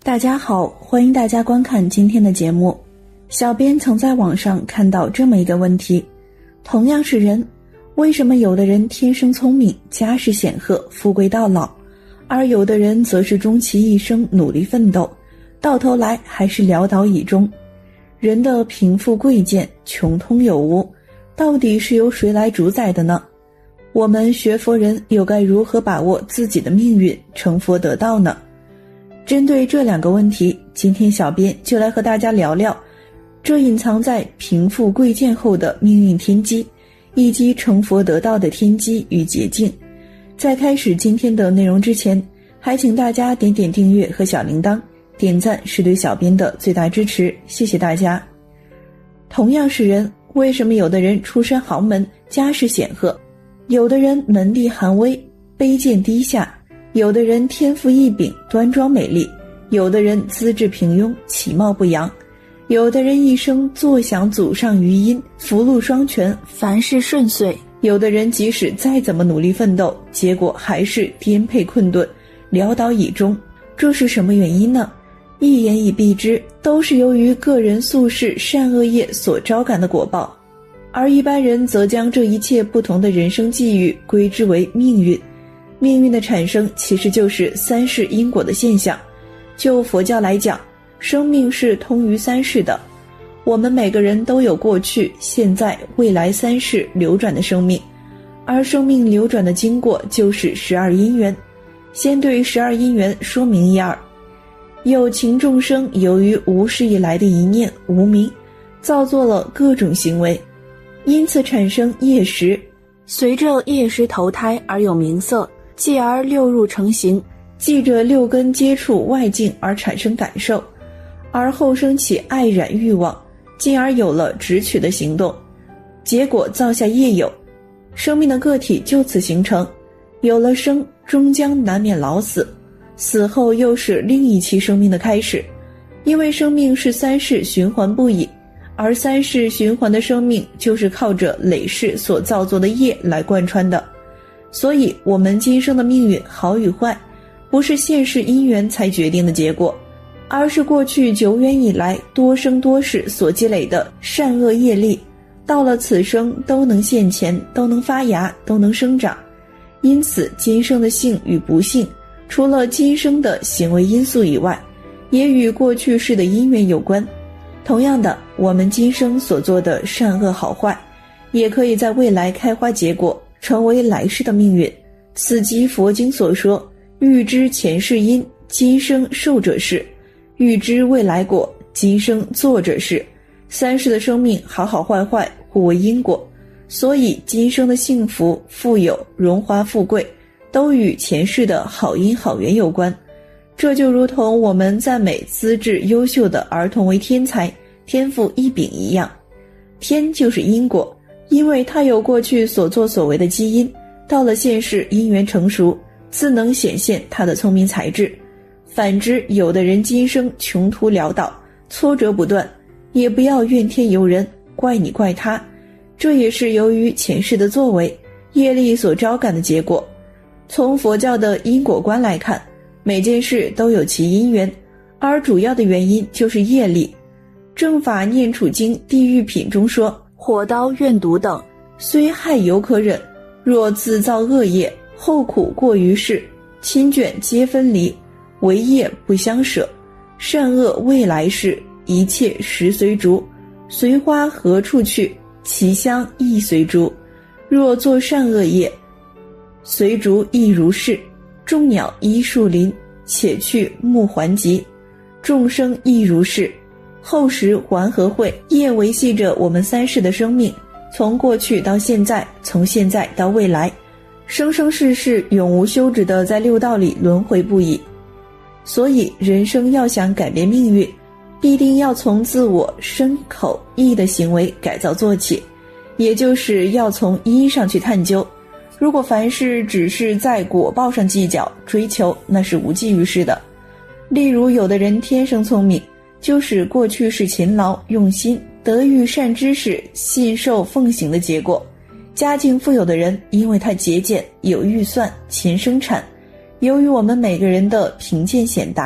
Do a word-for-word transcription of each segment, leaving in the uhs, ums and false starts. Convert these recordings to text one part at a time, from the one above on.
大家好，欢迎大家观看今天的节目。小编曾在网上看到这么一个问题，同样是人，为什么有的人天生聪明，家世显赫，富贵到老，而有的人则是终其一生努力奋斗，到头来还是潦倒以终？人的贫富贵贱，穷通有无，到底是由谁来主宰的呢？我们学佛人又该如何把握自己的命运，成佛得道呢？针对这两个问题，今天小编就来和大家聊聊这隐藏在贫富贵贱后的命运天机，以及成佛得道的天机与捷径。在开始今天的内容之前，还请大家点点订阅和小铃铛，点赞是对小编的最大支持，谢谢大家。同样是人，为什么有的人出身豪门，家世显赫，有的人门第寒微，卑贱低下，有的人天赋异禀，端庄美丽，有的人资质平庸，其貌不扬，有的人一生坐享祖上余荫，福禄双全，凡事顺遂，有的人即使再怎么努力奋斗，结果还是颠沛困顿，潦倒以终。这是什么原因呢？一言以蔽之，都是由于个人宿世善恶业所招感的果报。而一般人则将这一切不同的人生际遇归之为命运。命运的产生其实就是三世因果的现象。就佛教来讲，生命是通于三世的，我们每个人都有过去、现在、未来三世流转的生命，而生命流转的经过就是十二因缘。先对十二因缘说明一二。有情众生由于无始以来的一念无明，造作了各种行为，因此产生业识，随着业识投胎而有名色，继而六入成形，记着六根接触外境而产生感受，而后生起爱染欲望，进而有了执取的行动，结果造下业有，生命的个体就此形成。有了生，终将难免老死，死后又是另一期生命的开始。因为生命是三世循环不已，而三世循环的生命就是靠着累世所造作的业来贯穿的。所以我们今生的命运好与坏，不是现世因缘才决定的结果，而是过去久远以来多生多世所积累的善恶业力，到了此生都能现前，都能发芽，都能生长。因此今生的幸与不幸，除了今生的行为因素以外，也与过去世的因缘有关。同样的，我们今生所做的善恶好坏，也可以在未来开花结果，成为来世的命运。此即佛经所说，欲知前世因，今生受者是；欲知未来果，今生做者是。三世的生命好好坏坏互为因果，所以今生的幸福、富有、荣华富贵都与前世的好因好缘有关。这就如同我们赞美资质优秀的儿童为天才，天赋异禀一样。天就是因果，因为他有过去所作所为的基因，到了现世因缘成熟，自能显现他的聪明才智。反之，有的人今生穷途潦倒，挫折不断，也不要怨天尤人，怪你怪他，这也是由于前世的作为，业力所招感的结果。从佛教的因果观来看，每件事都有其因缘，而主要的原因就是业力。正法念处经地狱品中说，火刀怨毒等，虽害犹可忍，若自造恶业，后苦过于世，亲眷皆分离，为业不相舍，善恶未来世，一切时随逐，随花何处去，其香亦随逐。若作善恶业，随逐亦如是，众鸟依树林，且去木还疾，众生亦如是，后时还何会。业维系着我们三世的生命，从过去到现在，从现在到未来，生生世世永无休止地在六道里轮回不已。所以人生要想改变命运，必定要从自我身口意的行为改造做起，也就是要从因上去探究。如果凡事只是在果报上计较追求，那是无济于事的。例如有的人天生聪明，就是过去是勤劳用心得遇善知识信受奉行的结果。家境富有的人，因为他节俭有预算勤生产，由于我们每个人的贫贱显达，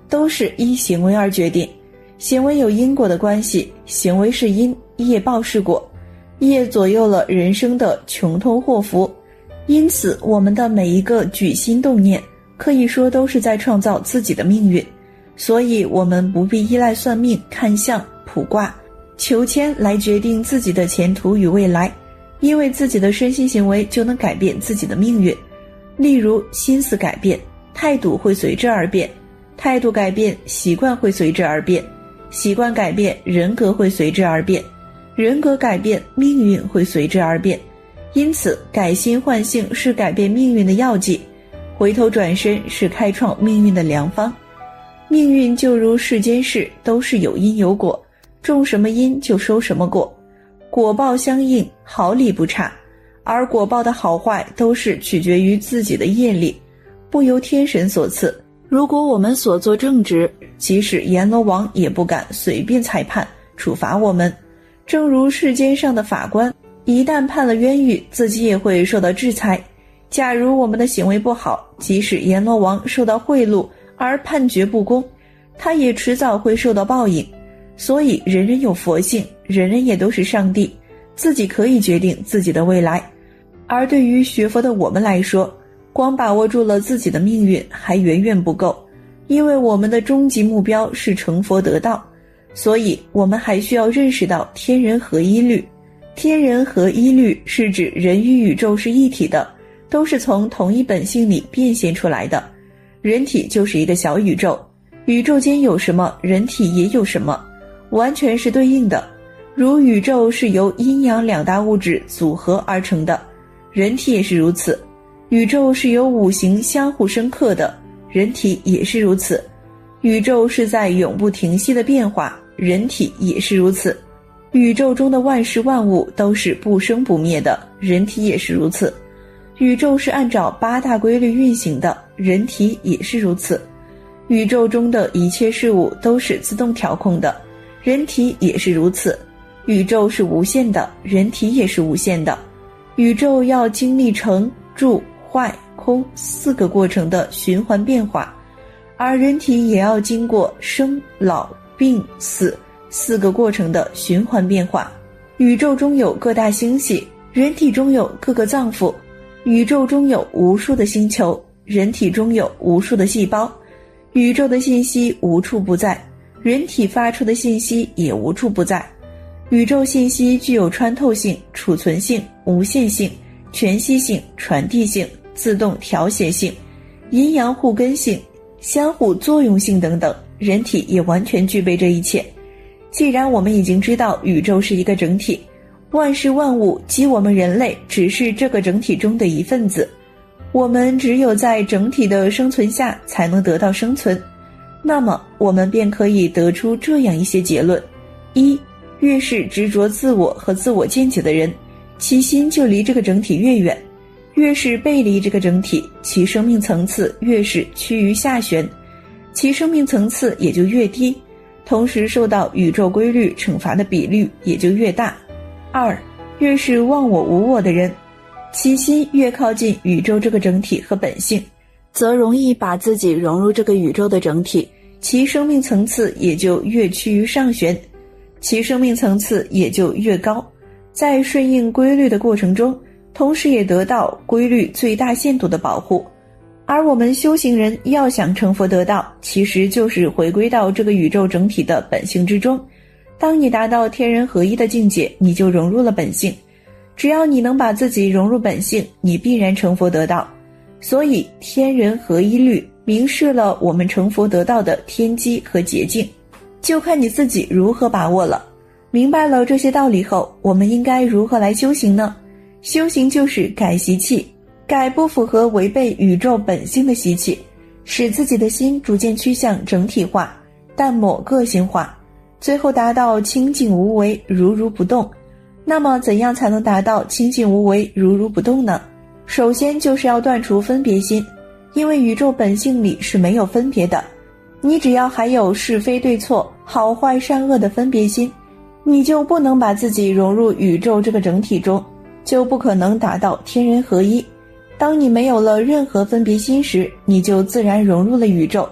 都是依行为而决定。行为有因果的关系，行为是因，业报是果，业左右了人生的穷通祸福。因此我们的每一个举心动念，可以说都是在创造自己的命运。所以我们不必依赖算命、看相、卜卦、求签来决定自己的前途与未来，因为自己的身心行为就能改变自己的命运。例如心思改变，态度会随之而变，态度改变，习惯会随之而变，习惯改变，人格会随之而变，人格改变，命运会随之而变。因此改心换性是改变命运的要剂，回头转身是开创命运的良方。命运就如世间事，都是有因有果，种什么因就收什么果，果报相应，毫厘不差。而果报的好坏都是取决于自己的业力，不由天神所赐。如果我们所做正直，即使阎罗王也不敢随便裁判处罚我们。正如世间上的法官，一旦判了冤狱，自己也会受到制裁。假如我们的行为不好，即使阎罗王受到贿赂而判决不公，他也迟早会受到报应。所以人人有佛性，人人也都是上帝，自己可以决定自己的未来。而对于学佛的我们来说，光把握住了自己的命运还远远不够，因为我们的终极目标是成佛得道，所以我们还需要认识到天人合一律。天人合一律是指人与宇宙是一体的，都是从同一本性里变现出来的。人体就是一个小宇宙，宇宙间有什么，人体也有什么，完全是对应的。如宇宙是由阴阳两大物质组合而成的，人体也是如此。宇宙是由五行相互生克的，人体也是如此。宇宙是在永不停息的变化，人体也是如此。宇宙中的万事万物都是不生不灭的，人体也是如此。宇宙是按照八大规律运行的，人体也是如此。宇宙中的一切事物都是自动调控的，人体也是如此。宇宙是无限的，人体也是无限的。宇宙要经历成、住、坏、空四个过程的循环变化，而人体也要经过生、老、病、死四个过程的循环变化。宇宙中有各大星系，人体中有各个脏腑。宇宙中有无数的星球，人体中有无数的细胞。宇宙的信息无处不在，人体发出的信息也无处不在。宇宙信息具有穿透性、储存性、无限性、全息性、传递性、自动调谐性、阴阳互根性、相互作用性等等，人体也完全具备这一切。既然我们已经知道宇宙是一个整体，万事万物及我们人类只是这个整体中的一份子，我们只有在整体的生存下才能得到生存。那么我们便可以得出这样一些结论：一，越是执着自我和自我见解的人，其心就离这个整体越远；越是背离这个整体，其生命层次越是趋于下旋，其生命层次也就越低，同时受到宇宙规律惩罚的比率也就越大。二，越是忘我无我的人，其心越靠近宇宙这个整体和本性，则容易把自己融入这个宇宙的整体，其生命层次也就越趋于上旋，其生命层次也就越高。在顺应规律的过程中，同时也得到规律最大限度的保护。而我们修行人要想成佛得道，其实就是回归到这个宇宙整体的本性之中。当你达到天人合一的境界，你就融入了本性。只要你能把自己融入本性，你必然成佛得道。所以天人合一律明示了我们成佛得道的天机和捷径，就看你自己如何把握了。明白了这些道理后，我们应该如何来修行呢？修行就是改习气，改不符合违背宇宙本性的习气，使自己的心逐渐趋向整体化，淡漠个性化，最后达到清净无为，如如不动。那么怎样才能达到清净无为，如如不动呢？首先就是要断除分别心，因为宇宙本性里是没有分别的。你只要还有是非对错、好坏善恶的分别心，你就不能把自己融入宇宙这个整体中，就不可能达到天人合一。当你没有了任何分别心时，你就自然融入了宇宙。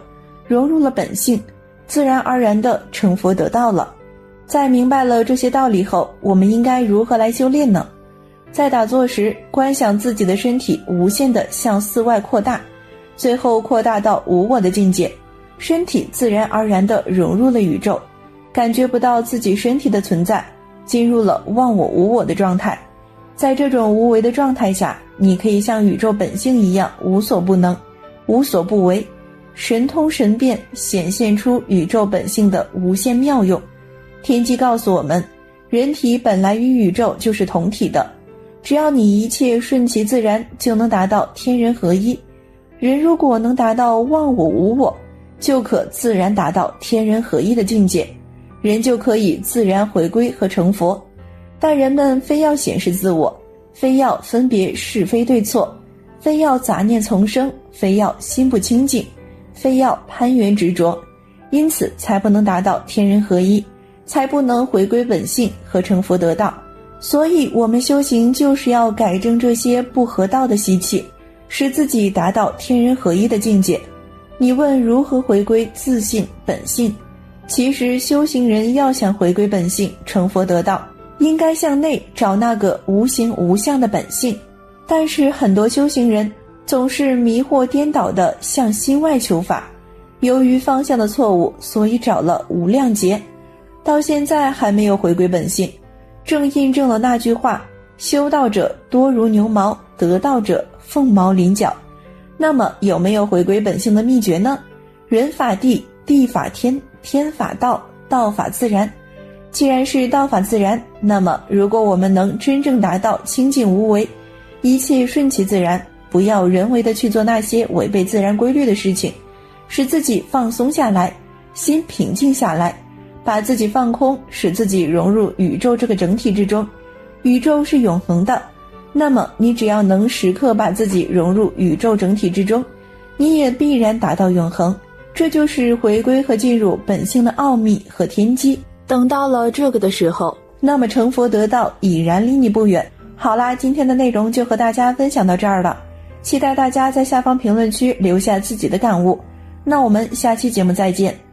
融入了本性，自然而然地成佛得道了。在明白了这些道理后，我们应该如何来修炼呢？在打坐时，观想自己的身体无限地向四外扩大，最后扩大到无我的境界，身体自然而然地融入了宇宙，感觉不到自己身体的存在，进入了忘我无我的状态。在这种无为的状态下，你可以像宇宙本性一样无所不能，无所不为，神通神变，显现出宇宙本性的无限妙用。天机告诉我们，人体本来与宇宙就是同体的，只要你一切顺其自然，就能达到天人合一。人如果能达到忘我无我，就可自然达到天人合一的境界，人就可以自然回归和成佛。但人们非要显示自我，非要分别是非对错，非要杂念丛生，非要心不清净，非要攀缘执着，因此才不能达到天人合一，才不能回归本性和成佛得道。所以我们修行就是要改正这些不合道的习气，使自己达到天人合一的境界。你问如何回归自信本性？其实修行人要想回归本性，成佛得道，应该向内找那个无形无相的本性。但是很多修行人总是迷惑颠倒地向心外求法，由于方向的错误，所以找了无量劫，到现在还没有回归本性。正印证了那句话，修道者多如牛毛，得道者凤毛麟角。那么有没有回归本性的秘诀呢？人法地，地法天，天法道，道法自然。既然是道法自然，那么如果我们能真正达到清净无为，一切顺其自然，不要人为的去做那些违背自然规律的事情，使自己放松下来，心平静下来，把自己放空，使自己融入宇宙这个整体之中。宇宙是永恒的，那么你只要能时刻把自己融入宇宙整体之中，你也必然达到永恒。这就是回归和进入本性的奥秘和天机。等到了这个的时候，那么成佛得道已然离你不远。好啦，今天的内容就和大家分享到这儿了，期待大家在下方评论区留下自己的感悟。那我们下期节目再见。